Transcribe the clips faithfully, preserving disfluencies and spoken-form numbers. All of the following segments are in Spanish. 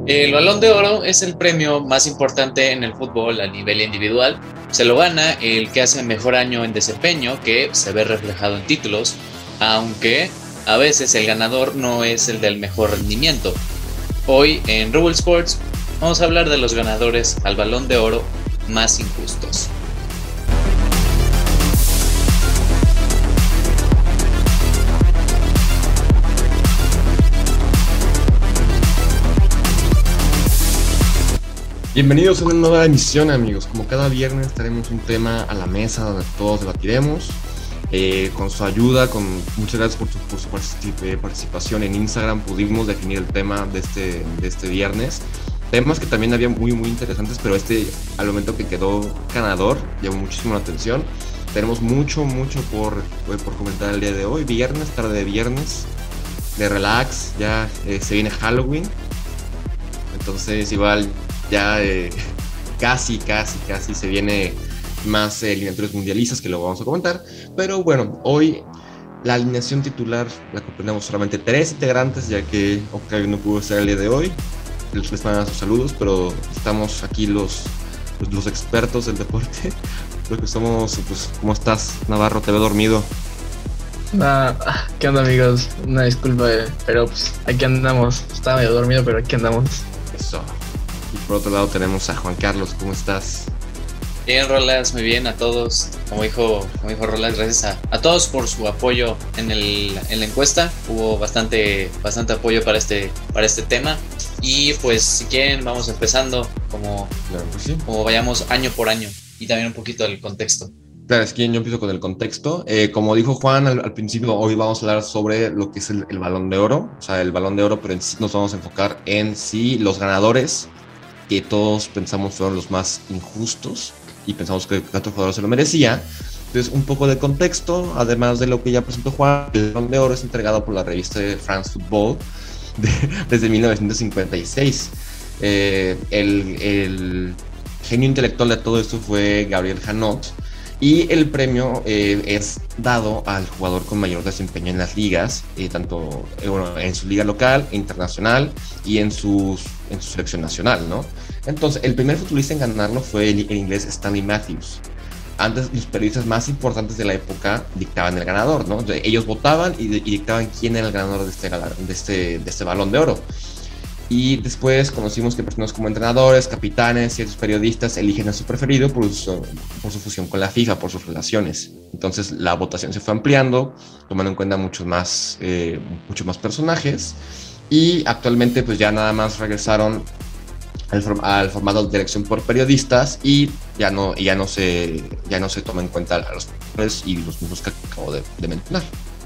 El Balón de Oro es el premio más importante en el fútbol a nivel individual. Se lo gana el que hace mejor año en desempeño, que se ve reflejado en títulos, aunque a veces el ganador no es el del mejor rendimiento. Hoy en Rubble Sports vamos a hablar de los ganadores al Balón de Oro más injustos. Bienvenidos a una nueva emisión, amigos. Como cada viernes traemos un tema a la mesa donde todos debatiremos. Eh, con su ayuda, con muchas gracias por su, por su participación en Instagram, pudimos definir el tema de este, de este viernes. Temas que también había muy muy interesantes, pero este al momento que quedó ganador llamó muchísimo la atención. Tenemos mucho mucho por, por comentar el día de hoy. Viernes, tarde de viernes, de relax, ya eh, se viene Halloween. Entonces igual ya eh, casi, casi, casi se viene más eh, eliminatorias mundialistas que luego vamos a comentar. Pero bueno, hoy la alineación titular la comprendemos solamente tres integrantes, ya que Octavio no pudo estar el día de hoy. Les mandan sus saludos, pero estamos aquí los, los, los expertos del deporte. Los que somos, pues, ¿cómo estás, Navarro? Te veo dormido. Ah, ¿qué onda, amigos? Una disculpa, pero pues aquí andamos. Estaba medio dormido, pero aquí andamos. Eso. Y por otro lado tenemos a Juan Carlos. ¿Cómo estás? Bien, Rolas, muy bien a todos. Como dijo, como dijo Rolas, gracias a, a todos por su apoyo en, el, en la encuesta. Hubo bastante, bastante apoyo para este, para este tema. Y pues si quieren vamos empezando como, Claro que sí. como vayamos año por año. Y también un poquito del contexto. Claro, es que yo empiezo con el contexto. Eh, como dijo Juan al, al principio, hoy vamos a hablar sobre lo que es el, el Balón de Oro. O sea, el Balón de Oro, pero en sí nos vamos a enfocar en sí los ganadores, que todos pensamos fueron los más injustos y pensamos que otro jugador se lo merecía. Entonces, un poco de contexto, además de lo que ya presentó Juan, el Balón de Oro es entregado por la revista de France Football de, desde mil novecientos cincuenta y seis. Eh, el, el genio intelectual de todo esto fue Gabriel Janot, y el premio eh, es dado al jugador con mayor desempeño en las ligas, eh, tanto eh, bueno, en su liga local, internacional y en, sus, en su selección nacional, ¿no? Entonces, el primer futbolista en ganarlo fue el, el inglés Stanley Matthews. Antes, los periodistas más importantes de la época dictaban el ganador, ¿no? Entonces, ellos votaban y, y dictaban quién era el ganador de este, de, este, de este Balón de Oro. Y después conocimos que personas como entrenadores, capitanes, ciertos periodistas eligen a su preferido por su, por su fusión con la FIFA, por sus relaciones. Entonces la votación se fue ampliando, tomando en cuenta muchos más, eh, muchos más personajes. Y actualmente pues ya nada más regresaron al, al formato de elección por periodistas y ya no, ya no, se, ya no se toma en cuenta a los jugadores y los mismos que acabo de, de mencionar.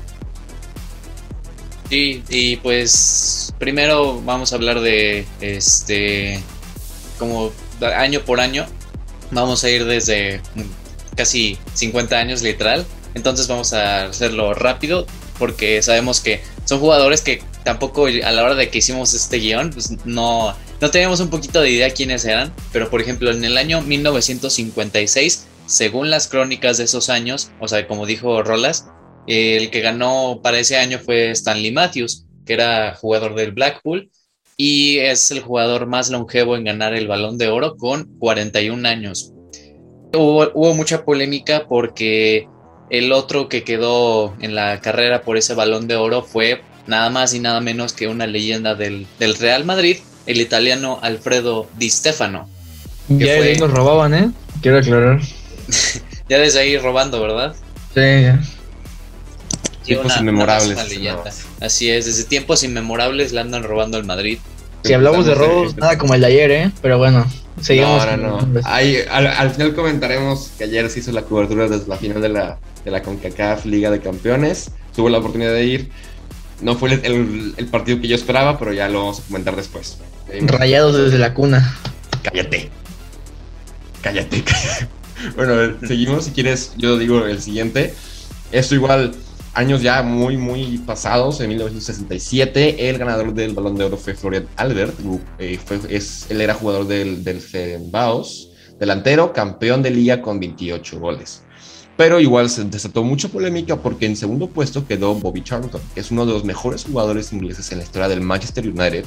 Sí, y pues primero vamos a hablar de este como año por año. Vamos a ir desde casi cincuenta años literal. Entonces vamos a hacerlo rápido porque sabemos que son jugadores que tampoco a la hora de que hicimos este guión pues no, no teníamos un poquito de idea quiénes eran. Pero por ejemplo en el año mil novecientos cincuenta y seis, según las crónicas de esos años, o sea como dijo Rolas, el que ganó para ese año fue Stanley Matthews, que era jugador del Blackpool y es el jugador más longevo en ganar el Balón de Oro con cuarenta y un años. Hubo, hubo mucha polémica porque el otro que quedó en la carrera por ese Balón de Oro fue nada más y nada menos que una leyenda del, del Real Madrid, el italiano Alfredo Di Stefano. Ya fue... nos robaban, ¿eh? Quiero aclarar. Ya desde ahí robando, ¿verdad? Sí, ya. Tiempos una, inmemorables. Una leyenda. No. Así es, desde tiempos inmemorables le andan robando al Madrid. Si hablamos de robos, de... nada como el de ayer, ¿eh? Pero bueno, seguimos. No, no, no. Ahí, al, al final comentaremos que ayer se hizo la cobertura desde la final de la, de la CONCACAF Liga de Campeones. Tuve la oportunidad de ir. No fue el, el, el partido que yo esperaba, pero ya lo vamos a comentar después. Rayados desde la cuna. Cállate. Cállate, cállate. Bueno, a ver, seguimos. Si quieres, yo digo el siguiente. Esto igual... Años ya muy, muy pasados, en mil novecientos sesenta y siete, el ganador del Balón de Oro fue Florian Albert. Eh, fue, es, él era jugador del, del Fenerbahce, delantero, campeón de liga con veintiocho goles. Pero igual se desató mucha polémica porque en segundo puesto quedó Bobby Charlton, que es uno de los mejores jugadores ingleses en la historia del Manchester United,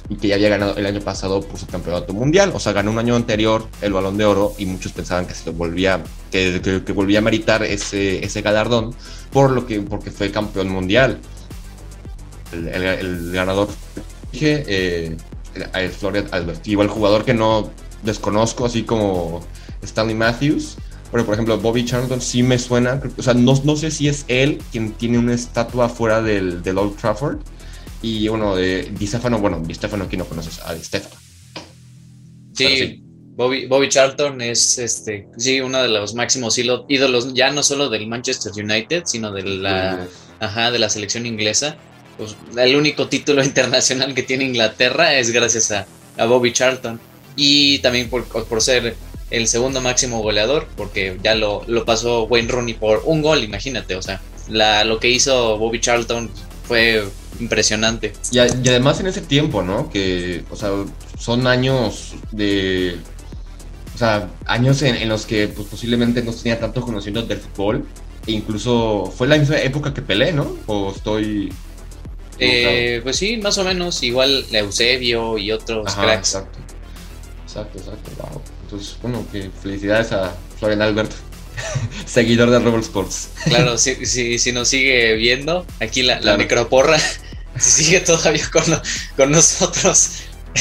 y que ya había ganado el año pasado por su campeonato mundial. O sea, ganó un año anterior el Balón de Oro y muchos pensaban que se volvía, que, que, que volvía a meritar ese, ese galardón por lo que, porque fue campeón mundial. El, el, el ganador, dije, eh, el Florian Albert. Igual el jugador que no desconozco, así como Stanley Matthews. Pero, por ejemplo, Bobby Charlton sí me suena. O sea, no, no sé si es él quien tiene una estatua fuera del, del Old Trafford. Y bueno, de Di Stefano, bueno, Di Stefano aquí no conoces a Di Stefano. Sí, sí. Bobby, Bobby Charlton es este, sí, uno de los máximos ídolos, ya no solo del Manchester United, sino de la, ajá, de la selección inglesa. Pues, el único título internacional que tiene Inglaterra es gracias a, a Bobby Charlton. Y también por, por ser el segundo máximo goleador, porque ya lo, lo pasó Wayne Rooney por un gol, imagínate, o sea, la, lo que hizo Bobby Charlton fue impresionante. Y, a, y además en ese tiempo, ¿no? Que, o sea, son años de... O sea, años en, en los que pues, posiblemente no tenía tanto conocimiento del fútbol. E incluso fue la misma época que Pelé, ¿no? O estoy... Eh, pues sí, más o menos. Igual Eusebio y otros Ajá, cracks. Exacto, exacto, exacto. Wow. Entonces, bueno, que felicidades a Florian Albert, seguidor de Rebel Sports. Claro, si, si, si nos sigue viendo, aquí la, claro. la necroporra sigue todavía con, con nosotros.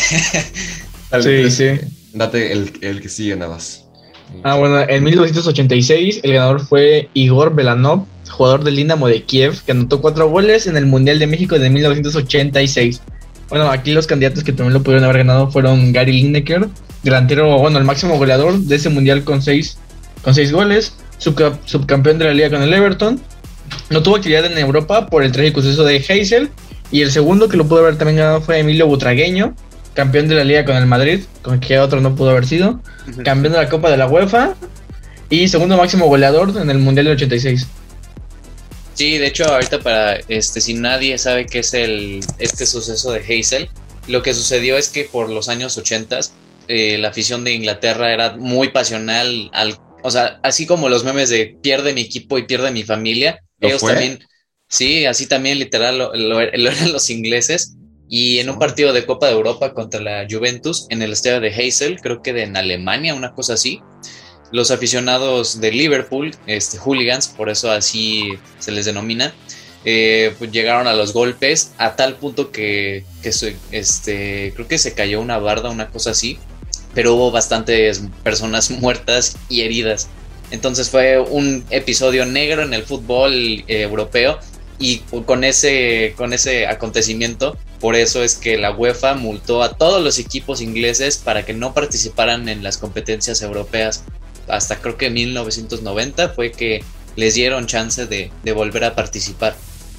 Sí, sí. Date el, el que sigue nada más. Ah, bueno, en mil novecientos ochenta y seis el ganador fue Igor Belanov, jugador del Dinamo de Kiev, que anotó cuatro goles en el Mundial de México de mil novecientos ochenta y seis. Bueno, aquí los candidatos que también lo pudieron haber ganado fueron Gary Lineker, delantero, bueno, el máximo goleador de ese Mundial con seis, con seis goles, subca- subcampeón de la liga con el Everton. No tuvo actividad en Europa por el trágico suceso de Heysel, y el segundo que lo pudo haber también ganado fue Emilio Butragueño, campeón de la liga con el Madrid, con que otro no pudo haber sido, uh-huh. campeón de la Copa de la UEFA y segundo máximo goleador en el Mundial del ochenta y seis. Sí, de hecho ahorita para este si nadie sabe qué es el este suceso de Heysel, lo que sucedió es que por los años ochenta eh, la afición de Inglaterra era muy pasional, al, o sea, así como los memes de pierde mi equipo y pierde mi familia, ellos fue? también, sí, así también literal lo, lo, lo eran los ingleses. Y en un partido de Copa de Europa contra la Juventus en el estadio de Heysel, creo que de en Alemania, una cosa así, los aficionados de Liverpool, este, hooligans, por eso así se les denomina, eh, pues llegaron a los golpes a tal punto que, que este, creo que se cayó una barda, una cosa así, pero hubo bastantes personas muertas y heridas. Entonces fue un episodio negro en el fútbol eh, europeo. Y con ese, con ese acontecimiento, por eso es que la UEFA multó a todos los equipos ingleses para que no participaran en las competencias europeas. Hasta creo que en mil novecientos noventa fue que les dieron chance de, de volver a participar.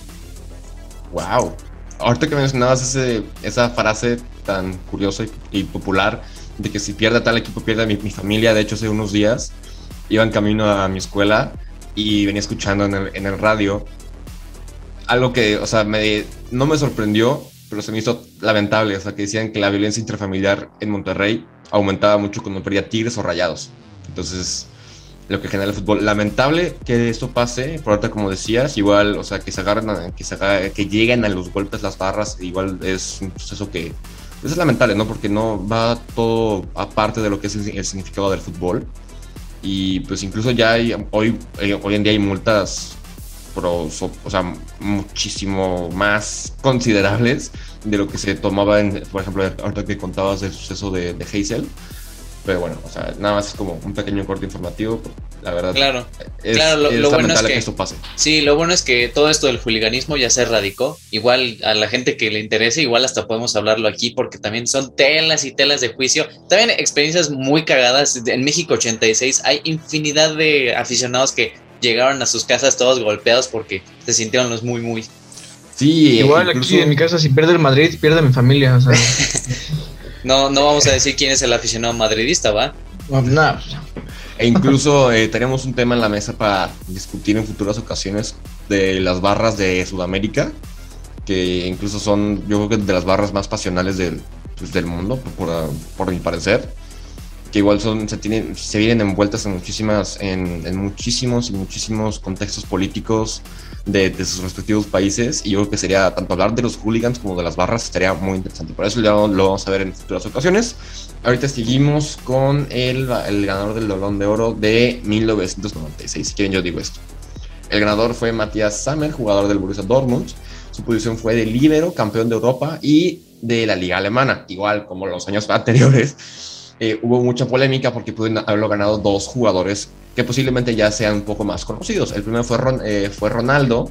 Wow. Ahorita que mencionabas ese, esa frase tan curiosa y, y popular de que si pierde tal equipo pierde mi, mi familia. De hecho, hace unos días iba en camino a mi escuela y venía escuchando en el, en el radio algo que, o sea, me, no me sorprendió, pero se me hizo lamentable. O sea, que decían que la violencia intrafamiliar en Monterrey aumentaba mucho cuando perdía Tigres o Rayados. Entonces, lo que genera el fútbol. Lamentable que esto pase, por ahorita como decías, igual, o sea, que se agarren, que, se agarren, que lleguen a los golpes las barras, igual es un proceso que es lamentable, ¿no? Porque no va todo aparte de lo que es el, el significado del fútbol. Y pues incluso ya hay, hoy, hoy en día hay multas Pro, so, o sea, muchísimo más considerables de lo que se tomaba en, por ejemplo, ahorita que contabas del suceso de, de Heysel. Pero bueno, o sea, nada más es como un pequeño corte informativo. La verdad, claro, es, claro, lo, es lo lamentable bueno es que, que esto pase. Sí, lo bueno es que todo esto del hooliganismo ya se erradicó. Igual a la gente que le interese, igual hasta podemos hablarlo aquí porque también son telas y telas de juicio. También experiencias muy cagadas. En México ochenta y seis hay infinidad de aficionados que llegaron a sus casas todos golpeados porque se sintieron los muy, muy. Sí, igual incluso aquí en mi casa, si pierde el Madrid, pierde mi familia. O sea. no, no vamos a decir quién es el aficionado madridista, ¿va? No, no. E incluso eh, tenemos un tema en la mesa para discutir en futuras ocasiones de las barras de Sudamérica, que incluso son, yo creo que de las barras más pasionales del, pues, del mundo, por, por, por mi parecer. que igual son, se, tienen, se vienen envueltas en muchísimas, en, en muchísimos y muchísimos contextos políticos de, de sus respectivos países, y yo creo que sería tanto hablar de los hooligans como de las barras, estaría muy interesante. Por eso lo, lo vamos a ver en futuras ocasiones. Ahorita seguimos con el, el ganador del Balón de Oro de mil novecientos noventa y seis. Si quieren, yo digo esto. El ganador fue Matthias Sammer, jugador del Borussia Dortmund. Su posición fue de líbero, campeón de Europa y de la Liga Alemana. Igual como los años anteriores, eh, hubo mucha polémica porque pudieron haberlo ganado dos jugadores que posiblemente ya sean un poco más conocidos. El primero fue, Ron, eh, fue Ronaldo,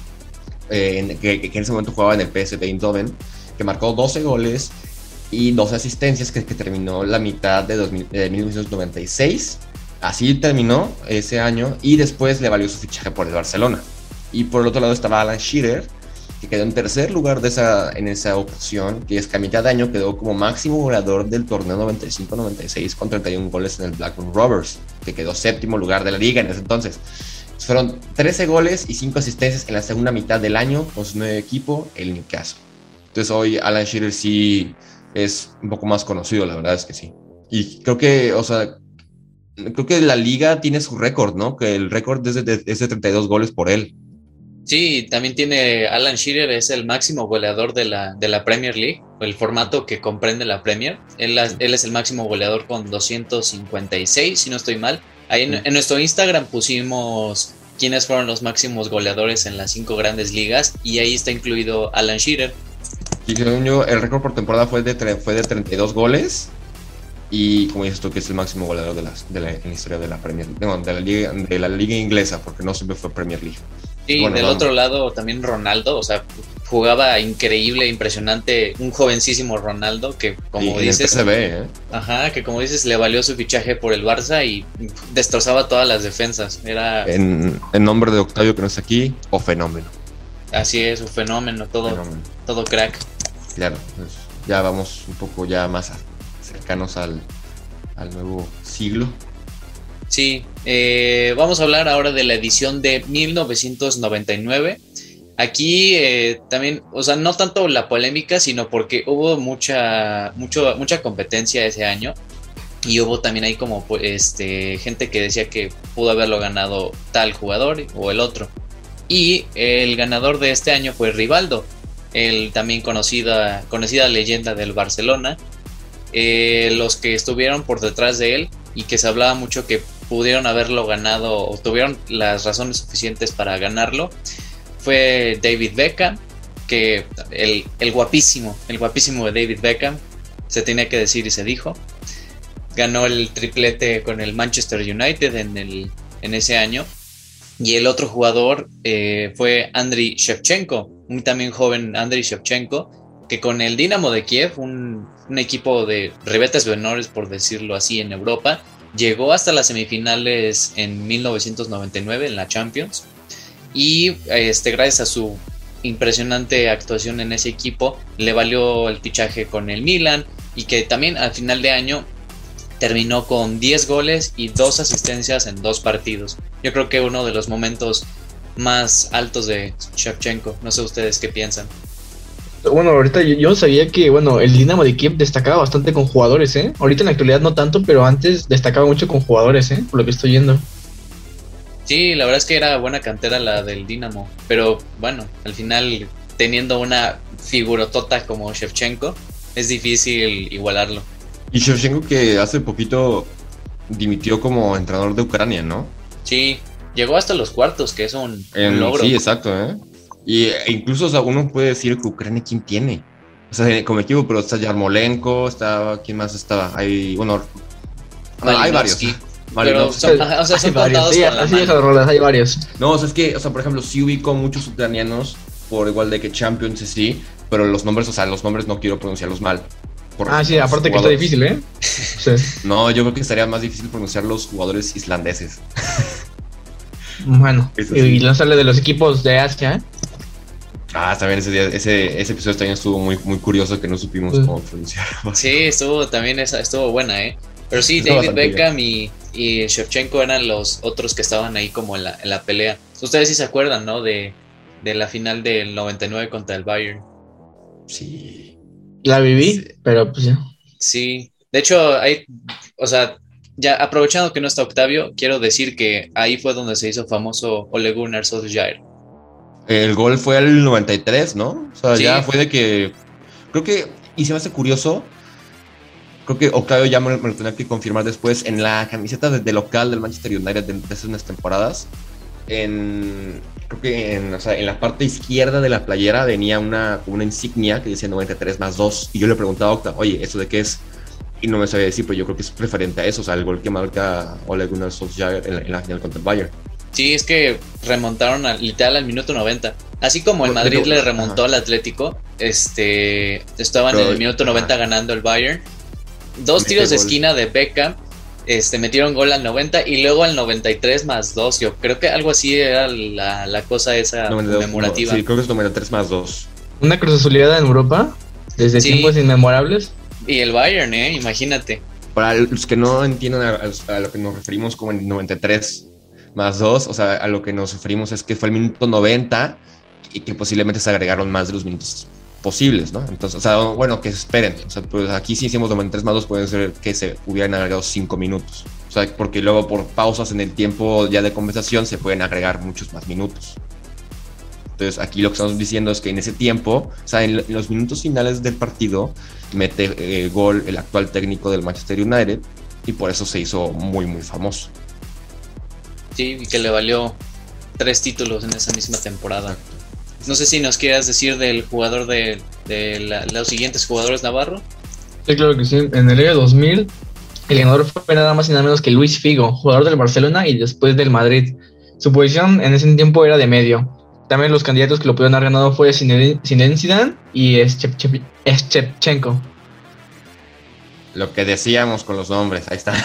eh, en, que, que en ese momento jugaba en el P S V Eindhoven, que marcó doce goles y doce asistencias, que, que terminó la mitad de, dos mil, de mil novecientos noventa y seis. Así terminó ese año, y después le valió su fichaje por el Barcelona. Y por el otro lado estaba Alan Shearer, que quedó en tercer lugar de esa, en esa ocasión, que es que a mitad de año quedó como máximo goleador del torneo noventa y cinco noventa y seis con treinta y uno goles en el Blackburn Rovers, que quedó séptimo lugar de la liga en ese entonces. Fueron trece goles y cinco asistencias en la segunda mitad del año con su nuevo equipo, el Newcastle. Entonces hoy Alan Shearer sí es un poco más conocido, la verdad es que sí. Y creo que, o sea, creo que la liga tiene su récord, ¿no? Que el récord es de, es de treinta y dos goles por él. Sí, también tiene Alan Shearer, es el máximo goleador de la, de la Premier League, el formato que comprende la Premier. Él, él es el máximo goleador con doscientos cincuenta y seis, si no estoy mal. Ahí en, en nuestro Instagram pusimos quiénes fueron los máximos goleadores en las cinco grandes ligas, y ahí está incluido Alan Shearer. Y según yo, el récord por temporada fue de, fue de treinta y dos goles. Y como dices tú, que es el máximo goleador de, las, de la, en la historia de la Premier League, no, de la liga, de la liga inglesa, porque no siempre fue Premier League. Sí, bueno, del vamos. Otro lado también Ronaldo, o sea, jugaba increíble, impresionante, un jovencísimo Ronaldo que, como y dices, se ve, ¿eh? Ajá, que como dices, le valió su fichaje por el Barça y destrozaba todas las defensas. Era en, en nombre de Octavio, que no está aquí, o fenómeno. Así es, un fenómeno, todo, fenómeno. todo crack. Claro, pues ya vamos un poco ya más a, cercanos al, al nuevo siglo. Sí, eh, vamos a hablar ahora de la edición de mil novecientos noventa y nueve. Aquí eh, también, o sea, no tanto la polémica, sino porque hubo mucha, mucho, mucha competencia ese año, y hubo también ahí como este, gente que decía que pudo haberlo ganado tal jugador o el otro. Y el ganador de este año fue Rivaldo, el también conocida, conocida leyenda del Barcelona. Eh, los que estuvieron por detrás de él y que se hablaba mucho que pudieron haberlo ganado o tuvieron las razones suficientes para ganarlo fue David Beckham, que el, el guapísimo, el guapísimo de David Beckham, se tenía que decir y se dijo. Ganó el triplete con el Manchester United en, el, en ese año. Y el otro jugador eh, fue Andriy Shevchenko, un también joven Andriy Shevchenko, que con el Dinamo de Kiev, un, un equipo de ribetes menores, por decirlo así, en Europa, llegó hasta las semifinales en mil novecientos noventa y nueve en la Champions, y este, gracias a su impresionante actuación en ese equipo le valió el fichaje con el Milan, y que también al final de año terminó con diez goles y dos asistencias en dos partidos. Yo creo que uno de los momentos más altos de Shevchenko. No sé ustedes qué piensan. Bueno, ahorita yo, yo sabía que, bueno, el Dinamo de Kiev destacaba bastante con jugadores, ¿eh? Ahorita en la actualidad no tanto, pero antes destacaba mucho con jugadores, ¿eh? Por lo que estoy yendo. Sí, la verdad es que era buena cantera la del Dinamo, pero bueno, al final, teniendo una figurotota como Shevchenko, es difícil igualarlo. Y Shevchenko, que hace poquito dimitió como entrenador de Ucrania, ¿no? Sí, llegó hasta los cuartos, que es un, en, un logro. Sí, exacto, ¿eh? Y e incluso, o sea, uno puede decir que Ucrania, ¿quién tiene? O sea, como equipo, pero está Yarmolenko, está, ¿quién más estaba? Hay, bueno, no, hay varios. Pero son, o sea, son contados sí, con la así mano. esas rolas, hay varios. No, o sea, es que, o sea, por ejemplo, sí ubico muchos ucranianos, por igual de que Champions sí, pero los nombres, o sea, los nombres no quiero pronunciarlos mal. Ah, sí, aparte jugadores. Que está difícil, ¿eh? Sí. No, yo creo que estaría más difícil pronunciar los jugadores islandeses. Bueno, sí. Y lanzarle de los equipos de Asia, ¿eh? Ah, también ese día, ese, ese episodio también estuvo muy, muy curioso, que no supimos sí. cómo pronunciar. Sí, estuvo también esa, estuvo buena, ¿eh? Pero sí, estuvo David Beckham y, y Shevchenko eran los otros que estaban ahí como en la, en la pelea. Ustedes sí se acuerdan, ¿no? De, de la final del noventa y nueve contra el Bayern. Sí. La viví, sí. Pero pues ya. Sí, De hecho, hay, o sea, ya aprovechando que no está Octavio, quiero decir que ahí fue donde se hizo famoso Ole Gunnar Solskjaer. El gol fue al noventa y tres, ¿no? O sea, Sí. ya fue de que... Creo que... Y se me hace curioso... Creo que Octavio ya me, me lo tenía que confirmar después. En la camiseta de, de local del Manchester United de, de esas unas temporadas, en, creo que en, o sea, en la parte izquierda de la playera venía una, una insignia que decía noventa y tres más dos. Y yo le preguntaba a Octavio, oye, ¿eso de qué es? Y no me sabía decir, pero yo creo que es referente a eso. O sea, el gol que marca Ole Gunnar Solskjaer en la, en la final contra el Bayern. Sí, es que remontaron a, literal al minuto noventa. Así como el Madrid le remontó ajá. al Atlético, este, estaban pero, en el minuto noventa ajá. ganando el Bayern. Dos Mete tiros de gol. esquina de Beckham, este, metieron gol al noventa y luego al noventa y tres más dos. Yo creo que algo así era la, la cosa esa noventa y dos, conmemorativa. No, sí, creo que es noventa y tres más dos. Una cruzazulidad en Europa, desde sí. tiempos inmemorables. Y el Bayern, eh, imagínate. Para los que no entiendan a, a lo que nos referimos como en noventa y tres más dos, o sea, a lo que nos referimos es que fue el minuto noventa y que posiblemente se agregaron más de los minutos posibles, ¿no? Entonces, o sea, bueno, que esperen. O sea, pues aquí si hicimos noventa y tres más dos, pueden ser que se hubieran agregado cinco minutos. O sea, porque luego por pausas en el tiempo ya de conversación se pueden agregar muchos más minutos. Entonces, aquí lo que estamos diciendo es que en ese tiempo, o sea, en los minutos finales del partido, mete eh, gol el actual técnico del Manchester United y por eso se hizo muy, muy famoso. Sí, y que le valió tres títulos en esa misma temporada. No sé si nos quieras decir del jugador de, de la, los siguientes jugadores Navarro. Sí, claro que sí. En el año dos mil, el ganador fue nada más y nada menos que Luis Figo, jugador del Barcelona y después del Madrid. Su posición en ese tiempo era de medio. También los candidatos que lo pudieron haber ganado fue Zinedine Zidane y Shevchenko. Lo que decíamos con los nombres, ahí está.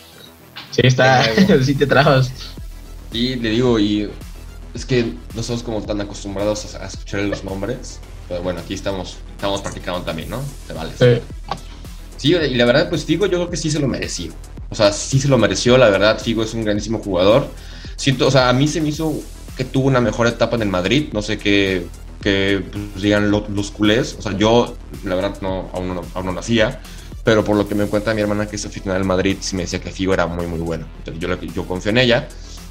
Sí, está, sí te trabas. Y le digo, y es que no somos como tan acostumbrados a, a escuchar los nombres, pero bueno, aquí estamos, estamos practicando también, ¿no? Te vale. Sí. Sí, y la verdad, pues Figo yo creo que sí se lo mereció. O sea, sí se lo mereció, la verdad, Figo es un grandísimo jugador. Siento, o sea, a mí se me hizo que tuvo una mejor etapa en el Madrid, no sé qué, que pues, digan los, los culés. O sea, yo, la verdad, no, aún no, aún no nacía. Pero por lo que me cuenta mi hermana, que es aficionada del Madrid, sí me decía que Figo era muy, muy bueno. Entonces yo, yo confío en ella.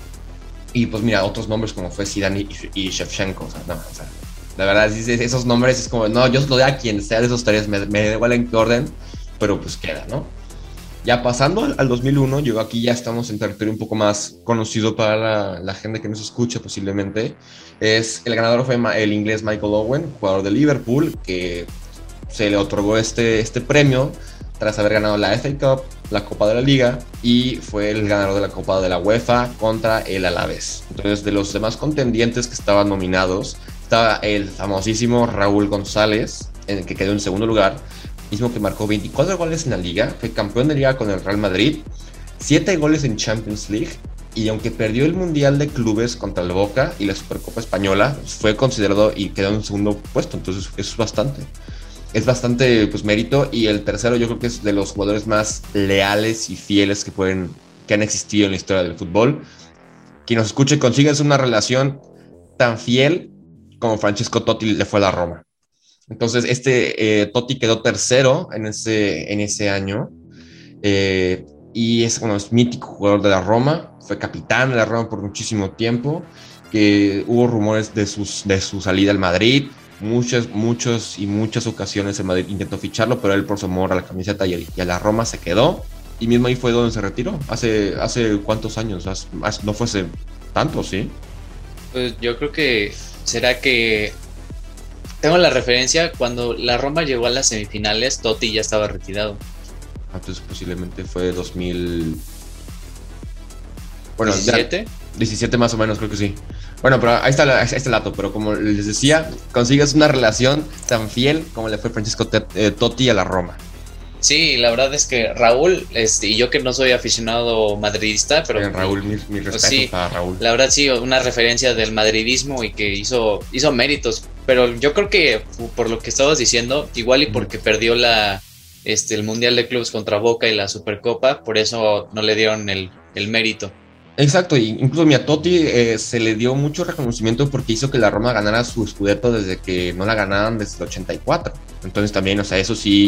Y pues mira, otros nombres como fue Zidane y, y Shevchenko. O sea, no, o sea, la verdad, esos nombres es como, no, yo se lo doy a quien sea de esos tres, me, me da igual en qué orden, pero pues queda, ¿no? Ya pasando al, al dos mil uno, yo aquí ya estamos en territorio un poco más conocido para la, la gente que nos escucha posiblemente. Es, el ganador fue el inglés Michael Owen, jugador de Liverpool, que se le otorgó este, este premio tras haber ganado la F A Cup, la Copa de la Liga, y fue el ganador de la Copa de la UEFA contra el Alavés. Entonces, de los demás contendientes que estaban nominados, estaba el famosísimo Raúl González, en el que quedó en segundo lugar, mismo que marcó veinticuatro goles en la Liga, fue campeón de Liga con el Real Madrid, siete goles en Champions League, y aunque perdió el Mundial de Clubes contra el Boca y la Supercopa Española, fue considerado y quedó en segundo puesto, entonces eso es bastante. Es bastante pues mérito. Y el tercero yo creo que es de los jugadores más leales y fieles que pueden que han existido en la historia del fútbol. Quien nos escuche, consigues una relación tan fiel como Francesco Totti le fue a la Roma. Entonces este eh, Totti quedó tercero en ese, en ese año eh, y es, bueno, es mítico jugador de la Roma, fue capitán de la Roma por muchísimo tiempo, que hubo rumores de, sus, de su salida al Madrid. Muchas, muchas y muchas ocasiones el Madrid intentó ficharlo, pero él por su amor a la camiseta y, y a la Roma se quedó. Y mismo ahí fue donde se retiró. Hace, hace ¿cuántos años? Hace, no fuese tanto, ¿sí? Pues yo creo que será que... Tengo la referencia, cuando la Roma llegó a las semifinales, Totti ya estaba retirado. Entonces posiblemente fue dos mil... Bueno, ¿diecisiete? Ya, diecisiete más o menos, creo que sí. Bueno, pero ahí está, ahí está el dato, pero como les decía, consigues una relación tan fiel como le fue Francesco Totti a la Roma. Sí, la verdad es que Raúl, este, y yo que no soy aficionado madridista, pero... Bien, Raúl, mi, mi respeto sí, para Raúl. La verdad sí, una referencia del madridismo y que hizo, hizo méritos, pero yo creo que por lo que estabas diciendo, igual y porque mm. perdió la, este, el Mundial de Clubes contra Boca y la Supercopa, por eso no le dieron el, el mérito. Exacto, y incluso a Totti eh, se le dio mucho reconocimiento porque hizo que la Roma ganara su Scudetto desde que no la ganaban desde el ochenta y cuatro. Entonces también, o sea, eso sí,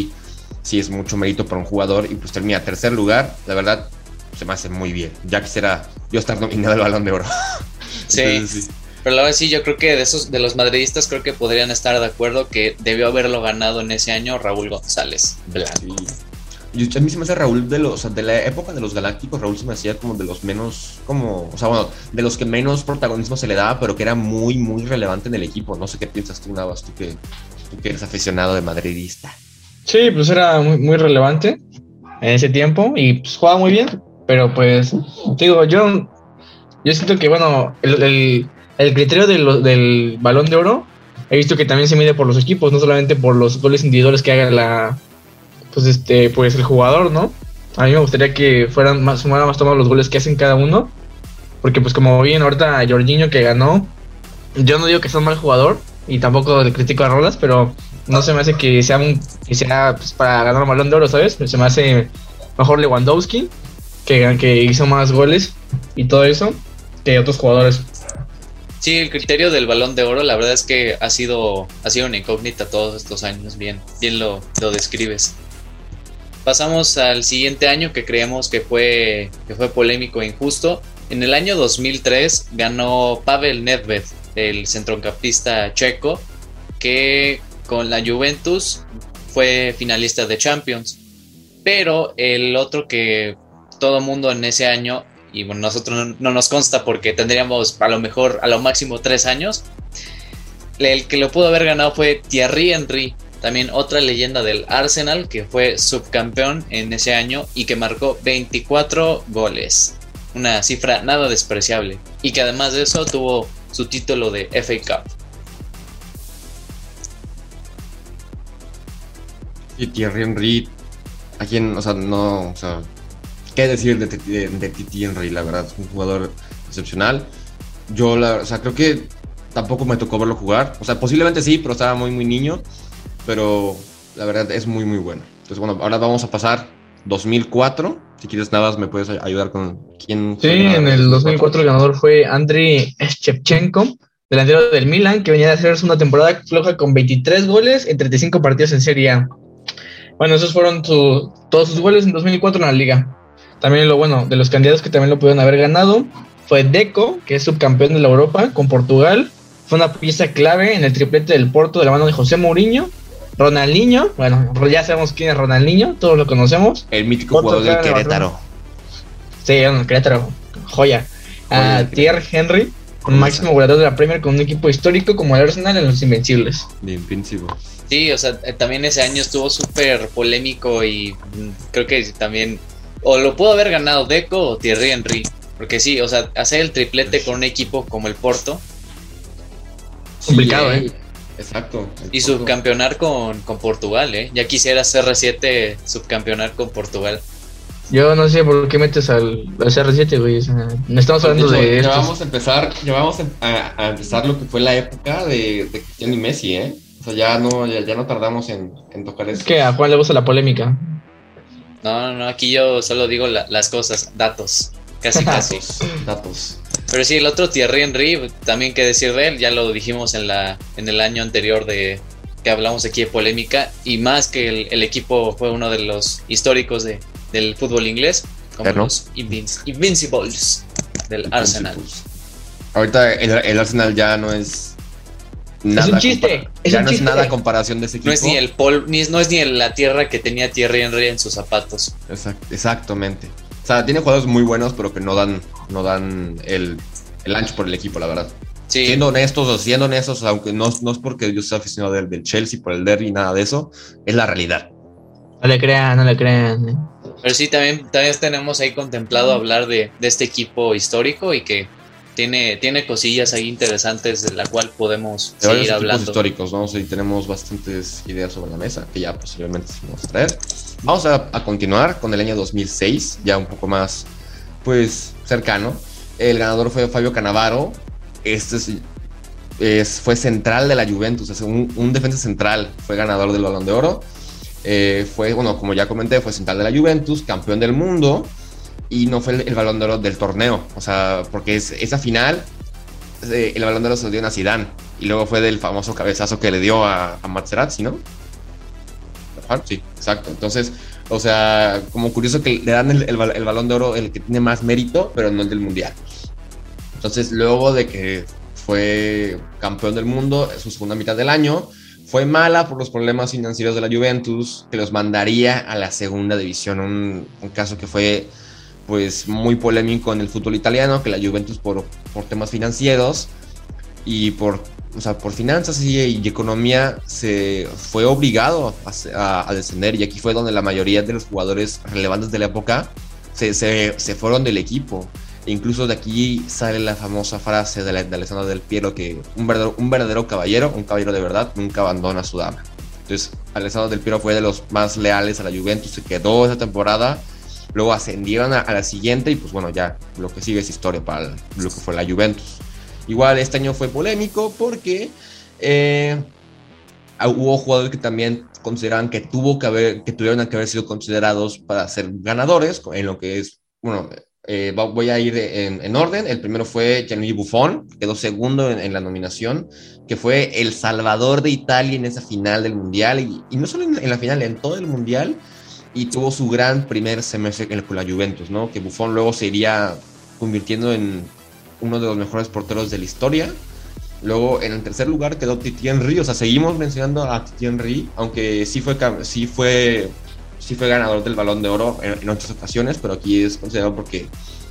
sí es mucho mérito para un jugador y pues termina tercer lugar, la verdad se me hace muy bien. Ya quisiera yo estar nominado al Balón de Oro. Sí. Entonces, sí. Pero la verdad sí, yo creo que de esos, de los madridistas, creo que podrían estar de acuerdo que debió haberlo ganado en ese año Raúl González Blanco. Sí. Y a mí se me hace Raúl de los, o sea, de la época de los Galácticos, Raúl se me hacía como de los menos, como, o sea, bueno, de los que menos protagonismo se le daba, pero que era muy, muy relevante en el equipo. No sé qué piensas tú, Navas, tú que, tú que eres aficionado de madridista. Sí, pues era muy, muy relevante en ese tiempo y pues jugaba muy bien, pero pues, digo, yo, yo siento que, bueno, el, el, el criterio de lo, del Balón de Oro, he visto que también se mide por los equipos, no solamente por los goles individuales que haga la, pues este, pues el jugador, ¿no? A mí me gustaría que fueran más, sumaran más tomados los goles que hacen cada uno, porque pues como bien ahorita Jorginho que ganó, yo no digo que sea un mal jugador y tampoco le critico a Rolas, pero no se me hace que sea un que sea pues, para ganar el Balón de Oro, ¿sabes? Se me hace mejor Lewandowski, que, que hizo más goles y todo eso, que otros jugadores. Sí, el criterio del Balón de Oro, la verdad es que ha sido, ha sido una incógnita todos estos años, bien, bien lo, lo describes. Pasamos al siguiente año que creemos que fue, que fue polémico e injusto. En el año dos mil tres ganó Pavel Nedved, el centrocampista checo, que con la Juventus fue finalista de Champions. Pero el otro que todo mundo en ese año, y bueno, nosotros no, no nos consta porque tendríamos a lo mejor a lo máximo tres años, el que lo pudo haber ganado fue Thierry Henry, también otra leyenda del Arsenal que fue subcampeón en ese año y que marcó veinticuatro goles, una cifra nada despreciable, y que además de eso tuvo su título de F A Cup. Y Thierry Henry, a quien, o sea, no, o sea, qué decir de, de, de Titi Henry, la verdad, es un jugador excepcional. Yo, la, o sea, creo que tampoco me tocó verlo jugar, o sea, posiblemente sí, pero estaba muy, muy niño, pero la verdad es muy, muy bueno. Entonces, bueno, ahora vamos a pasar dos mil cuatro, si quieres nada más me puedes ayudar con quién. Sí, en el dos mil cuatro el ganador fue Andriy Shevchenko, delantero del Milan, que venía de hacer una temporada floja con veintitrés goles en treinta y cinco partidos en Serie A. Bueno, esos fueron su, todos sus goles en dos mil cuatro en la liga. También lo bueno, de los candidatos que también lo pudieron haber ganado, fue Deco, que es subcampeón de la Europa con Portugal. Fue una pieza clave en el triplete del Porto de la mano de José Mourinho. Ronaldinho, bueno, ya sabemos quién es Ronaldinho, todos lo conocemos. El mítico Otro jugador del Querétaro. Sí, el Querétaro, joya. A uh, Thierry Henry, un máximo goleador de la Premier con un equipo histórico como el Arsenal en los Invencibles. De Invincible. Sí, o sea, también ese año estuvo súper polémico y creo que también o lo pudo haber ganado Deco o Thierry Henry, porque sí, o sea, hacer el triplete con un equipo como el Porto. Complicado, sí, ¿eh? Exacto. Y subcampeonar con, con Portugal, ¿eh? Ya quisiera C R siete subcampeonar con Portugal. Yo no sé por qué metes al, al C R siete, güey. O sea, no estamos hablando de, de esto. Ya vamos a empezar, ya vamos a, a empezar lo que fue la época de, de Cristiano y Messi, ¿eh? O sea, ya no, ya, ya no tardamos en, en tocar eso. Es que a Juan le gusta la polémica. No, no, no, aquí yo solo digo la, las cosas, datos. Casi, casi. Datos. Pero sí, el otro Thierry Henry, también que decir de él, ya lo dijimos en la en el año anterior de que hablamos aquí de polémica, y más que el, el equipo fue uno de los históricos de, del fútbol inglés, como ¿no? los Invinci- Invincibles del Invincibles. Arsenal. Ahorita el, el Arsenal ya no es nada. Es un chiste. Compara- es ya un no chiste. es nada comparación de ese equipo. No es ni el pol, ni, no es ni la tierra que tenía Thierry Henry en sus zapatos. Exact, exactamente. O sea, tiene jugadores muy buenos, pero que no dan, no dan el, el ancho por el equipo, la verdad. Sí. Siendo honestos, siendo honestos, aunque no, no es porque yo sea aficionado del, del Chelsea por el derby, nada de eso, es la realidad. No le crean, no le crean. Pero sí, también, también tenemos ahí contemplado hablar de, de este equipo histórico y que tiene, tiene cosillas ahí interesantes de la cual podemos de seguir hablando. Históricos, ¿no? Sí, tenemos bastantes ideas sobre la mesa que ya posiblemente se vamos a traer. Vamos a, a continuar con el año dos mil seis, ya un poco más, pues, cercano. El ganador fue Fabio Cannavaro. Este es, es, fue central de la Juventus, es un, un defensa central, fue ganador del Balón de Oro. Eh, fue, bueno, como ya comenté, fue central de la Juventus, campeón del mundo, y no fue el, el Balón de Oro del torneo, o sea, porque es, esa final, eh, el Balón de Oro se lo dio a Zidane, y luego fue del famoso cabezazo que le dio a, a Materazzi, ¿no? Juan, sí, exacto. Entonces, o sea, como curioso que le dan el, el, el Balón de Oro el que tiene más mérito, pero no el del Mundial. Entonces, luego de que fue campeón del mundo, su segunda mitad del año fue mala por los problemas financieros de la Juventus, que los mandaría a la segunda división. Un, un caso que fue pues muy polémico en el fútbol italiano, que la Juventus por, por temas financieros y por, o sea, por finanzas y, y economía se fue obligado a, a, a descender, y aquí fue donde la mayoría de los jugadores relevantes de la época se, se, se fueron del equipo. E incluso de aquí sale la famosa frase de, la, de Alessandro Del Piero, que un verdadero, un verdadero caballero, un caballero de verdad, nunca abandona a su dama. Entonces Alessandro Del Piero fue de los más leales a la Juventus, se quedó esa temporada. Luego ascendieron a, a la siguiente y pues bueno, ya lo que sigue es historia para el, lo que fue la Juventus. Igual este año fue polémico porque eh, hubo jugadores que también consideraban que, tuvo que, haber, que tuvieron que haber sido considerados para ser ganadores, en lo que es, bueno, eh, voy a ir en, en orden. El primero fue Gianluigi Buffon, quedó segundo en, en la nominación, que fue el salvador de Italia en esa final del Mundial, y, y no solo en, en la final, en todo el Mundial. Y tuvo su gran primer semestre con la Juventus, ¿no? Que Buffon luego se iría convirtiendo en uno de los mejores porteros de la historia. Luego, en el tercer lugar quedó Thierry Henry. O sea, seguimos mencionando a Thierry Henry, aunque sí fue, sí fue, sí fue ganador del Balón de Oro en, en otras ocasiones, pero aquí es considerado porque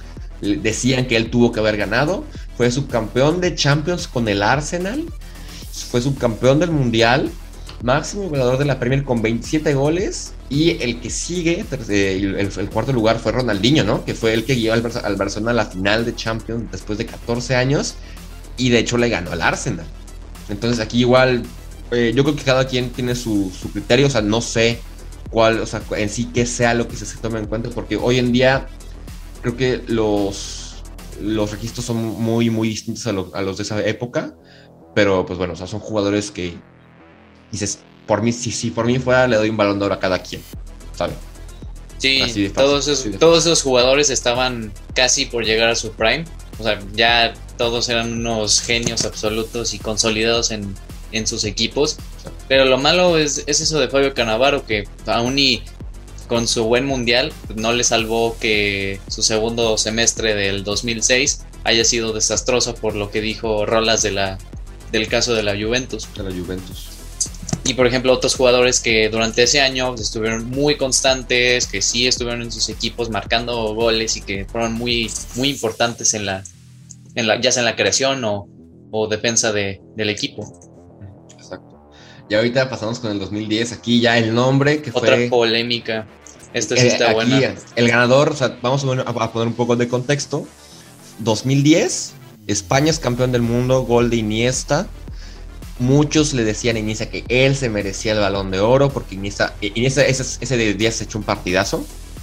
decían que él tuvo que haber ganado. Fue subcampeón de Champions con el Arsenal. Fue subcampeón del Mundial. Máximo goleador de la Premier con veintisiete goles. Y el que sigue, el, el, el cuarto lugar, fue Ronaldinho, ¿no? Que fue el que guió al, al Barcelona a la final de Champions después de catorce años. Y de hecho le ganó al Arsenal. Entonces aquí igual, eh, yo creo que cada quien tiene su, su criterio. O sea, no sé cuál, o sea, en sí qué sea lo que se, se tome en cuenta. Porque hoy en día creo que los, los registros son muy, muy distintos a, lo, a los de esa época. Pero pues bueno, o sea, son jugadores que dices, por mí, si, si por mí fuera, le doy un Balón de Oro a cada quien, ¿sabes? Sí, todos esos, todos esos jugadores estaban casi por llegar a su prime. O sea, ya todos eran unos genios absolutos y consolidados en, en sus equipos. Pero lo malo es, es eso de Fabio Cannavaro, que aún y con su buen mundial no le salvó que su segundo semestre del dos mil seis haya sido desastroso, por lo que dijo Rolas de la, del caso de la Juventus. De la Juventus. Y por ejemplo, otros jugadores que durante ese año estuvieron muy constantes, que sí estuvieron en sus equipos marcando goles y que fueron muy, muy importantes en la, en la, ya sea en la creación o, o defensa de, del equipo. Exacto. Y ahorita pasamos con el dos mil diez. Aquí ya el nombre que Otra fue... Otra polémica. Esta sí está aquí, buena. El ganador, o sea, vamos a poner, a poner un poco de contexto. dos mil diez, España es campeón del mundo, gol de Iniesta. Muchos le decían a Iniesta que él se merecía el Balón de Oro, porque Iniesta, Iniesta ese, ese día se echó un partidazo.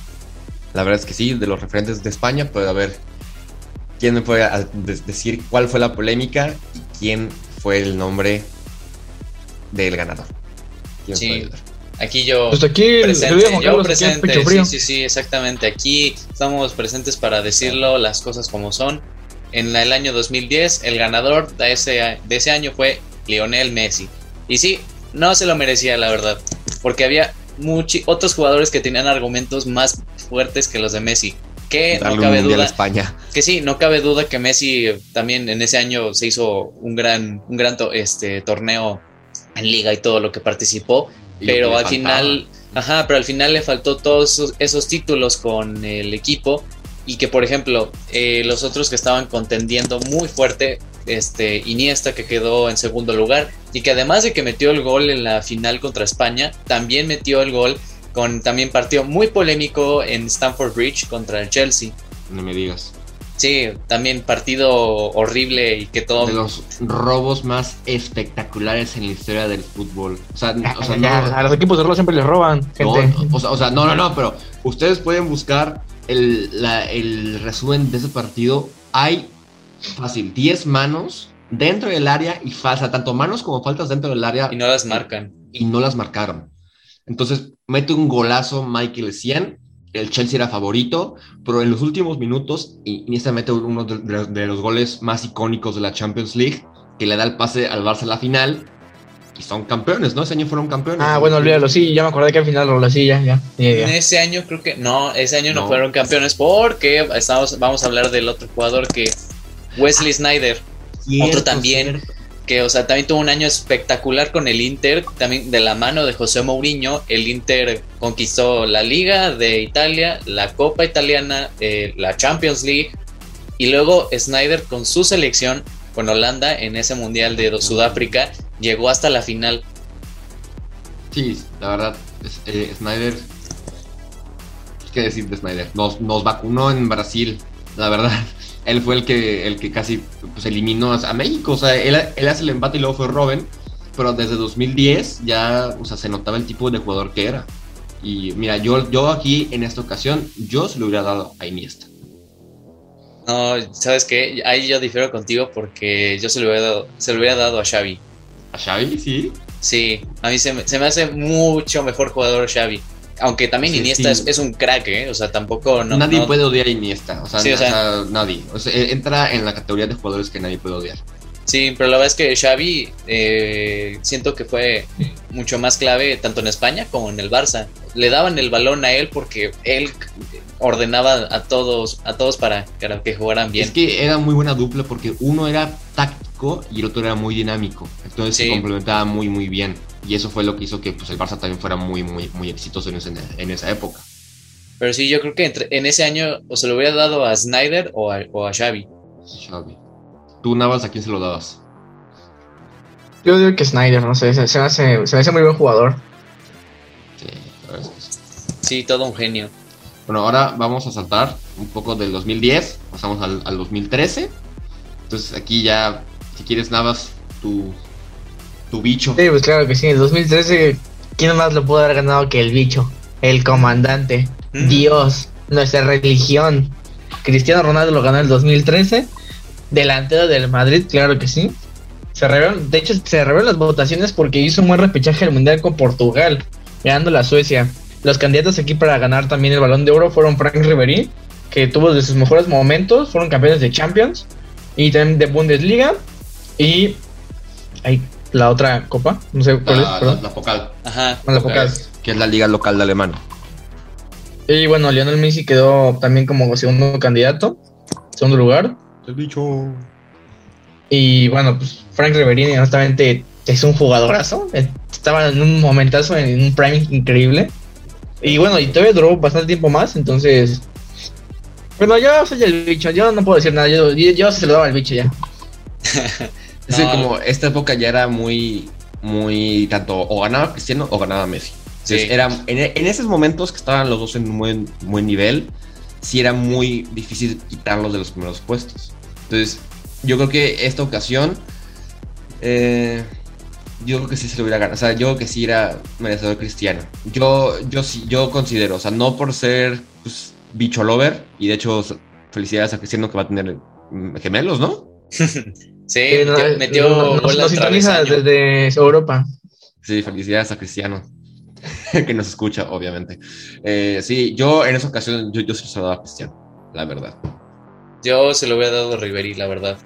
La verdad es que sí, de los referentes de España, pero a ver, ¿quién me puede decir cuál fue la polémica y quién fue el nombre del ganador? ¿Quién sí, fue el... aquí yo pues aquí presente, yo Carlos, presente, aquí sí, sí, sí, exactamente. Aquí estamos presentes para decirlo las cosas como son. En el año dos mil diez, el ganador de ese, de ese año fue Lionel Messi. Y sí, no se lo merecía, la verdad, porque había muchos otros jugadores que tenían argumentos más fuertes que los de Messi. Que no cabe duda, España. que sí, no cabe duda que Messi también en ese año se hizo un gran, un gran to, este, torneo en liga y todo lo que participó, y pero al faltaba. final, ajá, pero al final le faltó todos esos, esos títulos con el equipo. Y que por ejemplo eh, los otros que estaban contendiendo muy fuerte, este Iniesta, que quedó en segundo lugar, y que además de que metió el gol en la final contra España, también metió el gol con también partido muy polémico en Stamford Bridge contra el Chelsea. No me digas. Sí, también partido horrible y que todo... De los robos más espectaculares en la historia del fútbol. O sea, ya, o sea ya, no, a los equipos de rol siempre les roban, gente. No, o, sea, o sea, no, no, no, pero ustedes pueden buscar el, la, el resumen de ese partido. Hay fácil diez manos dentro del área y falsa, tanto manos como faltas dentro del área. Y no las marcan. Y, y no las marcaron. Entonces, mete un golazo Michael Essien. El Chelsea era favorito, pero en los últimos minutos Iniesta mete uno de, de, de los goles más icónicos de la Champions League, que le da el pase al Barça a la final, y son campeones, ¿no? Ese año fueron campeones. Ah, bueno, olvídalo, sí, ya me acordé que al final roló, sí, ya, ya. ya, ya. En ese año creo que no, ese año no, No. fueron campeones porque estamos, vamos a hablar del otro jugador que Wesley Sneijder, Cierto, otro también, cierto. que o sea, también tuvo un año espectacular con el Inter, también de la mano de José Mourinho. El Inter conquistó la Liga de Italia, la Copa Italiana, eh, la Champions League, y luego Sneijder con su selección, con Holanda, en ese Mundial de Sudáfrica, llegó hasta la final. Sí, la verdad, es, eh, Sneijder, ¿qué decir de Sneijder? Nos, nos vacunó en Brasil, la verdad. Él fue el que, el que casi pues, eliminó a, a México. O sea, él, él hace el empate y luego fue Robben. Pero desde dos mil diez ya, o sea, se notaba el tipo de jugador que era. Y mira, yo, yo aquí en esta ocasión, yo se lo hubiera dado a Iniesta. No, ¿sabes qué? Ahí yo difiero contigo porque yo se lo hubiera dado, se lo hubiera dado a Xavi. ¿A Xavi? Sí. Sí, a mí se me, se me hace mucho mejor jugador Xavi. Aunque también Sí, Iniesta sí. Es, es un crack, ¿eh? O sea, tampoco... No, nadie no- puede odiar a Iniesta. O sea, Sí, o o sea- sea, nadie. O sea, entra en la categoría de jugadores que nadie puede odiar. Sí, pero la verdad es que Xavi eh, siento que fue mucho más clave tanto en España como en el Barça. Le daban el balón a él porque él ordenaba a todos a todos para, para que jugaran bien. Es que era muy buena dupla porque uno era táctico y el otro era muy dinámico. Entonces Sí. se complementaba muy, muy bien. Y eso fue lo que hizo que pues, el Barça también fuera muy, muy, muy exitoso en, ese- en esa época. Pero sí, yo creo que entre- en ese año o se lo hubiera dado a Snyder o a, o a Xavi. Xavi. Tú, Navas, ¿a quién se lo dabas? Yo digo que Snyder, no sé, se, se me hace, se me hace muy buen jugador. Sí, la verdad es que sí. Sí, todo un genio. Bueno, ahora vamos a saltar un poco del dos mil diez, pasamos al, al dos mil trece. Entonces aquí ya, si quieres, Navas, tu, tu bicho. Sí, pues claro que sí, en el dos mil trece, ¿quién más lo pudo haber ganado que el bicho? El comandante, Mm. Dios, nuestra religión. Cristiano Ronaldo lo ganó en el dos mil trece, delantero del Madrid, claro que sí. Se revelaron, de hecho, se revelaron las votaciones porque hizo un buen repechaje al Mundial con Portugal, ganando la Suecia. Los candidatos aquí para ganar también el Balón de Oro fueron Frank Ribéry, que tuvo de sus mejores momentos, fueron campeones de Champions y también de Bundesliga. Y hay la otra copa, no sé cuál es, La, la, perdón. la Pokal, Ajá. Ah, la Pokal. que es la liga local de Alemania. Y bueno, Lionel Messi quedó también como segundo candidato, segundo lugar. El bicho. Y bueno, pues Frank Ribéry honestamente es un jugadorazo. Estaba en un momentazo, en un prime increíble. Y bueno, y todavía duró bastante tiempo más, entonces... Bueno, yo soy el bicho, yo no puedo decir nada, yo, yo, yo se lo daba al bicho ya. Es que No. como esta época ya era muy, muy, tanto o ganaba Cristiano o ganaba Messi. Entonces, Sí. era, en, en esos momentos que estaban los dos en un buen, buen nivel, sí era muy difícil quitarlos de los primeros puestos. Entonces, yo creo que esta ocasión, eh, yo creo que sí se lo hubiera ganado. O sea, yo creo que sí era merecedor Cristiano. Yo, yo sí, yo considero, o sea, no por ser pues, bicho lover, y de hecho, felicidades a Cristiano que va a tener mm, gemelos, ¿no? Sí, Eh, no, metió, eh, metió nos, gol nos al sintoniza travesaño. desde Europa. Sí, felicidades a Cristiano, que nos escucha, obviamente. Eh, sí, yo en esa ocasión, yo, yo sí se lo daba a Cristiano, la verdad. Yo se lo hubiera dado a Ribéry, la verdad.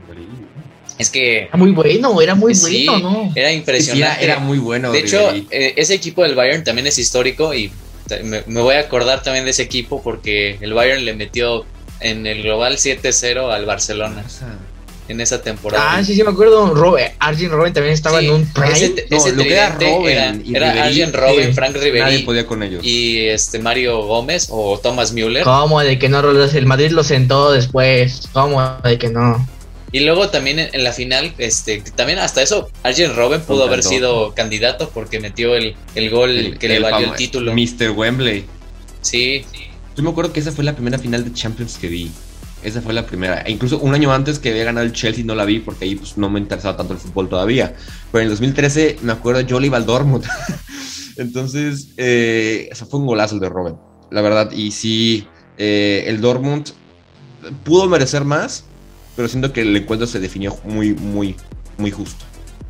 Es que Era muy bueno, era muy sí, bueno, ¿no? era Sí, impresionante. era, era muy bueno. De hecho, Ribéry. eh, ese equipo del Bayern también es histórico y t- me, me voy a acordar también de ese equipo porque el Bayern le metió en el global siete cero al Barcelona en esa temporada. Ah, sí, sí, me acuerdo. Robben, Arjen Robben también estaba Sí, en un prime. ese, te- No, ese lo que era tridente Robben era, y era Ribéry, Arjen Robben, sí, Frank Nadie Ribéry podía con ellos. y este Mario Gómez o Thomas Müller. ¿Cómo de que no rolas? El Madrid lo sentó después. ¿Cómo de que no? Y luego también en, en la final, este, también hasta eso, Arjen Robben pudo haber Encantó. sido candidato porque metió el, el gol El- que le el valió famo- el título. mister Wembley. Sí, Yo me acuerdo que esa fue la primera final de Champions que vi. Esa fue la primera. E incluso un año antes que había ganado el Chelsea no la vi porque ahí pues, no me interesaba tanto el fútbol todavía. Pero en el dos mil trece me acuerdo yo le iba al Dortmund. Entonces, eh, eso fue un golazo el de Robben, la verdad. Y sí, eh, el Dortmund pudo merecer más, pero siento que el encuentro se definió muy, muy, muy justo.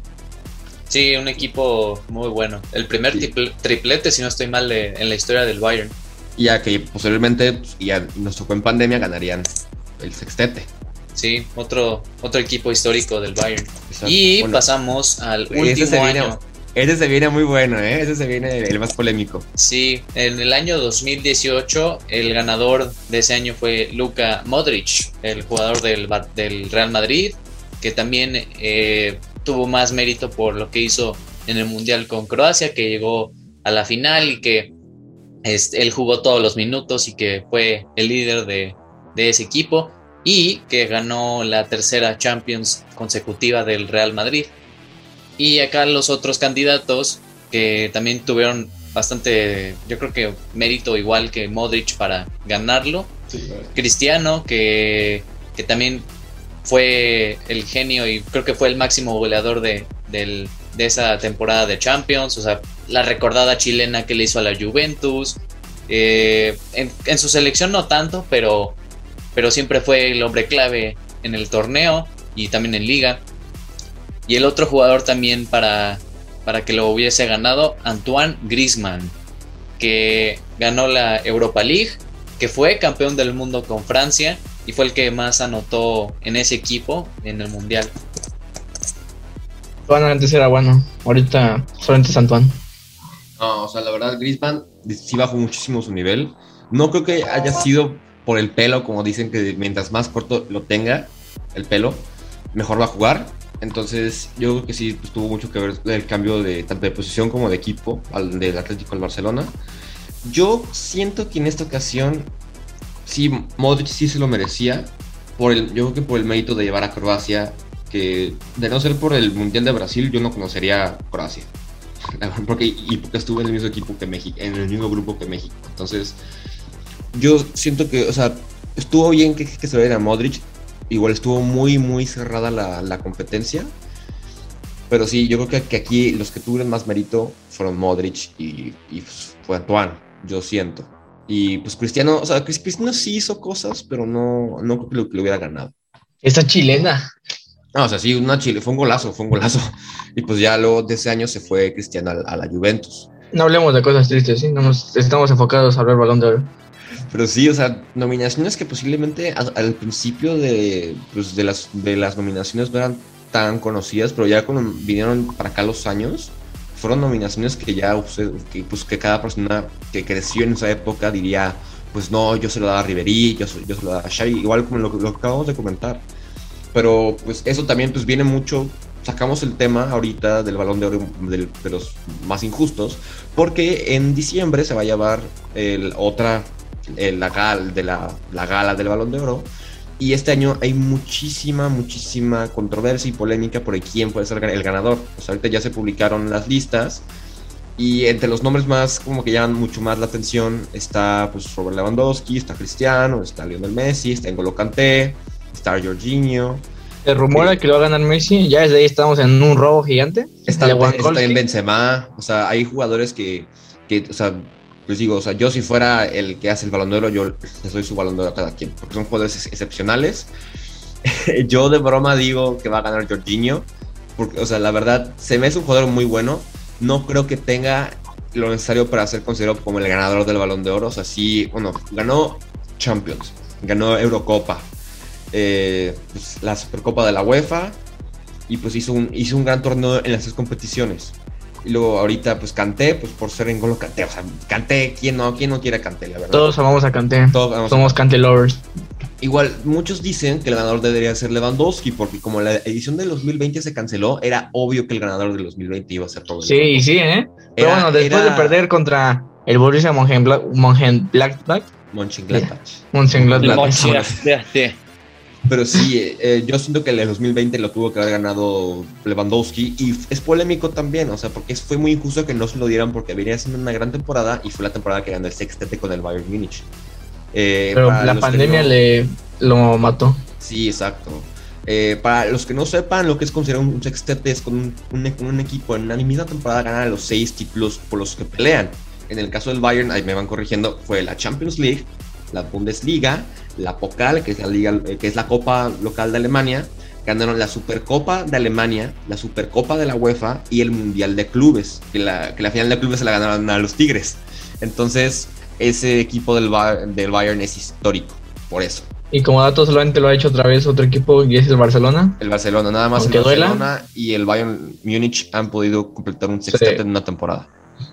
sí, un equipo muy bueno. El primer Sí. triple- triplete, si no estoy mal, de- en la historia del Bayern. Y ya que posiblemente, pues, ya nos tocó en pandemia, ganarían el sextete. sí, otro, otro equipo histórico del Bayern. Exacto. Y Bueno, pasamos al ese último se viene, año. ese se viene muy bueno, ¿eh? Ese se viene el más polémico. Sí, en el año dos mil dieciocho el ganador de ese año fue Luka Modric, el jugador del, del Real Madrid, que también eh, tuvo más mérito por lo que hizo en el Mundial con Croacia, que llegó a la final y que este, él jugó todos los minutos y que fue el líder de, de ese equipo y que ganó la tercera Champions consecutiva del Real Madrid. Y acá los otros candidatos que también tuvieron bastante, yo creo que mérito igual que Modric para ganarlo. Sí, claro. Cristiano, que, que también fue el genio y creo que fue el máximo goleador de, del, de esa temporada de Champions. O sea, la recordada chilena que le hizo a la Juventus. Eh, en, en su selección no tanto, pero, pero siempre fue el hombre clave en el torneo y también en Liga. Y el otro jugador también para, para que lo hubiese ganado, Antoine Griezmann, que ganó la Europa League, que fue campeón del mundo con Francia y fue el que más anotó en ese equipo en el Mundial. Bueno, antes era bueno, ahorita solamente es Antoine. No, o sea, la verdad, Griezmann sí bajó muchísimo su nivel. No creo que haya sido por el pelo, como dicen que mientras más corto lo tenga el pelo, mejor va a jugar. Entonces, yo creo que sí pues, tuvo mucho que ver el cambio de tanto de posición como de equipo al, del Atlético al Barcelona. Yo siento que en esta ocasión sí, Modric sí se lo merecía. Por el, yo creo que por el mérito de llevar a Croacia, que de no ser por el Mundial de Brasil, yo no conocería Croacia. Porque, y porque estuve en el mismo equipo que México, en el mismo grupo que México. Entonces, yo siento que, o sea, estuvo bien que, que se lo diera a Modric. Igual estuvo muy, muy cerrada la, la competencia. Pero sí, yo creo que, que aquí los que tuvieron más mérito fueron Modric y, y pues, fue Antoine, yo siento. Y pues Cristiano, o sea, Cristiano sí hizo cosas, pero no, no creo que lo, que lo hubiera ganado. Esta chilena. No, o sea, sí, una Chile, fue un golazo, fue un golazo. Y pues ya luego de ese año se fue Cristiano a, a la Juventus. No hablemos de cosas tristes, ¿sí? No nos, estamos enfocados a hablar Balón de Oro. Pero sí, o sea, nominaciones que posiblemente a, al principio de, pues, de, las, de las nominaciones no eran tan conocidas, pero ya cuando vinieron para acá los años, fueron nominaciones que ya, que, pues, que cada persona que creció en esa época diría, pues no, yo se lo daba a Ribéry, yo, yo se lo daba a Xavi, igual como lo, lo que acabamos de comentar. Pero pues eso también pues viene mucho, sacamos el tema ahorita del Balón de Oro del, de los más injustos, porque en diciembre se va a llevar el, otra, el, la, gala, de la, la gala del Balón de Oro, y este año hay muchísima, muchísima controversia y polémica por quién puede ser el ganador. Pues ahorita ya se publicaron las listas, y entre los nombres más como que llaman mucho más la atención está pues Robert Lewandowski, está Cristiano, está Lionel Messi, está N'Golo Kanté, está Jorginho. Se rumora eh, que lo va a ganar Messi. Ya desde ahí estamos en un robo gigante. Está, está en Benzema. O sea, hay jugadores que, que, o sea, pues digo, o sea, yo si fuera el que hace el Balón de Oro, yo le doy su Balón de Oro a cada quien, porque son jugadores excepcionales. Yo de broma digo que va a ganar Jorginho, porque, o sea, la verdad, se me hace un jugador muy bueno. No creo que tenga lo necesario para ser considerado como el ganador del Balón de Oro. O sea, sí, bueno, ganó Champions, ganó Eurocopa, Eh, pues, la Supercopa de la UEFA, y pues hizo un, hizo un gran torneo en las tres competiciones. Y luego ahorita pues Kanté, pues por ser N'Golo Kanté, o sea, Kanté, ¿quién no, quién no quiere a Kanté, la verdad? Todos amamos a Kanté, Todos somos Kanté lovers. Igual, muchos dicen que el ganador debería ser Lewandowski, porque como la edición del dos mil veinte se canceló, era obvio que el ganador del dos mil veinte iba a ser Robert. Sí, sí, ¿eh? Pero era, bueno, después era... de perder contra el Borussia Mönchengladbach, Mönchengladbach, Mönchengladbach, pero sí, eh, yo siento que en el dos mil veinte lo tuvo que haber ganado Lewandowski, y es polémico también, o sea, porque fue muy injusto que no se lo dieran, porque venía haciendo una gran temporada y fue la temporada que ganó el sextete con el Bayern Múnich. Eh, pero la pandemia no... le lo mató. Sí, exacto. Eh, para los que no sepan lo que es considerado un sextete, es con un, un, un equipo en una misma temporada ganar los seis títulos por los que pelean. En el caso del Bayern, ahí me van corrigiendo, fue la Champions League, la Bundesliga, la Pokal, que es la liga, que es la Copa local de Alemania. Ganaron la Supercopa de Alemania, la Supercopa de la UEFA y el Mundial de Clubes, que la, que la final de clubes se la ganaron a los Tigres. Entonces, ese equipo del, del Bayern es histórico, por eso. Y como dato, solamente lo ha hecho otra vez otro equipo y es el Barcelona. El Barcelona, nada más Aunque el duela. Barcelona y el Bayern Múnich han podido completar un sextete Sí. en una temporada.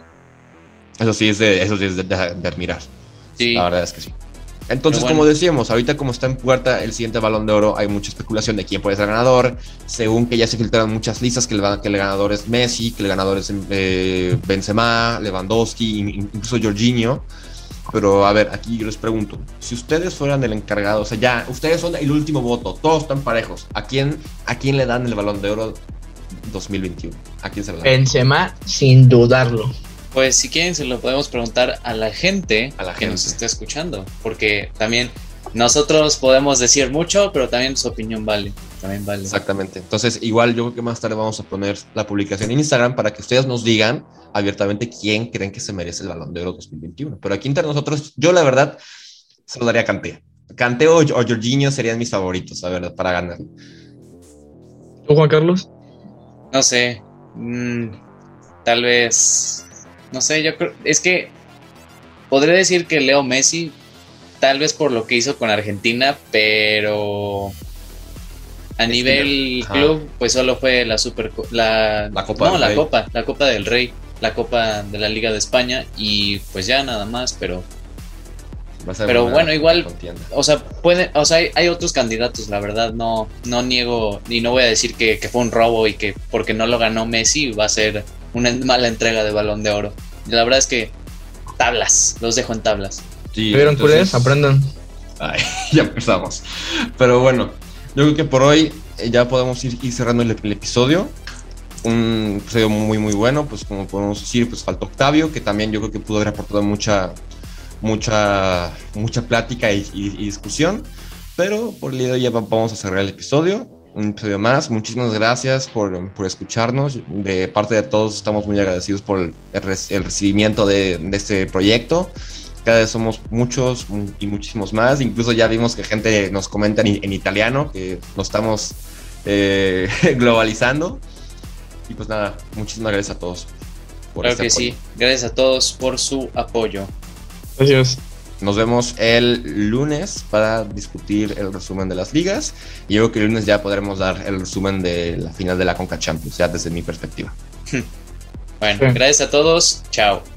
Eso sí es de, eso sí es de, de- de admirar. Sí. La verdad es que sí. Entonces, Pero bueno. como decíamos, ahorita como está en puerta el siguiente Balón de Oro, hay mucha especulación de quién puede ser ganador, según que ya se filtraron muchas listas que el, que el ganador es Messi, que el ganador es eh, Benzema, Lewandowski, incluso Jorginho. Pero a ver, aquí yo les pregunto, si ustedes fueran el encargado, o sea, ya, ustedes son el último voto, todos están parejos, ¿a quién, a quién le dan el Balón de Oro dos mil veintiuno? ¿A quién se lo dan? Benzema, sin dudarlo. Pues si quieren se lo podemos preguntar a la gente A la que gente. nos está escuchando, porque también nosotros podemos decir mucho, pero también su opinión vale, también vale. Exactamente. Entonces, igual yo creo que más tarde vamos a poner la publicación en Instagram para que ustedes nos digan abiertamente quién creen que se merece el Balón de Oro dos mil veintiuno. Pero aquí entre nosotros, yo la verdad se lo daría a Kanté. Kanté o, o Jorginho serían mis favoritos, la verdad, para ganar. ¿Tú, Juan Carlos? No sé, mm, tal vez, no sé, yo creo, es que podría decir que Leo Messi, tal vez por lo que hizo con Argentina, pero a Es nivel que- club, pues solo fue la super, la, La Copa no, del la Rey. Copa, la Copa del Rey, la Copa de la Liga de España y pues ya nada más, pero Va a ser Pero una bueno, igual- contienda. o sea, puede, o sea, hay, hay otros candidatos, la verdad, no, no niego y no voy a decir que, que fue un robo y que porque no lo ganó Messi va a ser una mala entrega de Balón de Oro. La verdad es que tablas, los dejo en tablas. Sí, ¿Vieron entonces- culés? Aprendan. Ay, ya empezamos. Pero bueno, yo creo que por hoy eh, ya podemos ir, ir cerrando el, el episodio. Un episodio muy, muy bueno. Pues como podemos decir, pues faltó Octavio, que también yo creo que pudo haber aportado mucha, mucha, mucha plática y, y- y discusión. Pero por el día de hoy ya va- vamos a cerrar el episodio. Un episodio más. Muchísimas gracias por, por escucharnos. De parte de todos estamos muy agradecidos por el, el rec- el recibimiento de, de este proyecto. Cada vez somos muchos y muchísimos más. Incluso ya vimos que gente nos comenta en, en italiano, que nos estamos eh, globalizando. Y pues nada, muchísimas gracias a todos por Claro este que apoyo. sí. Gracias a todos por su apoyo. Gracias. Nos vemos el lunes para discutir el resumen de las ligas. Y yo creo que el lunes ya podremos dar el resumen de la final de la Conca Champions, ya desde mi perspectiva. Bueno, Sí. gracias a todos. Chao.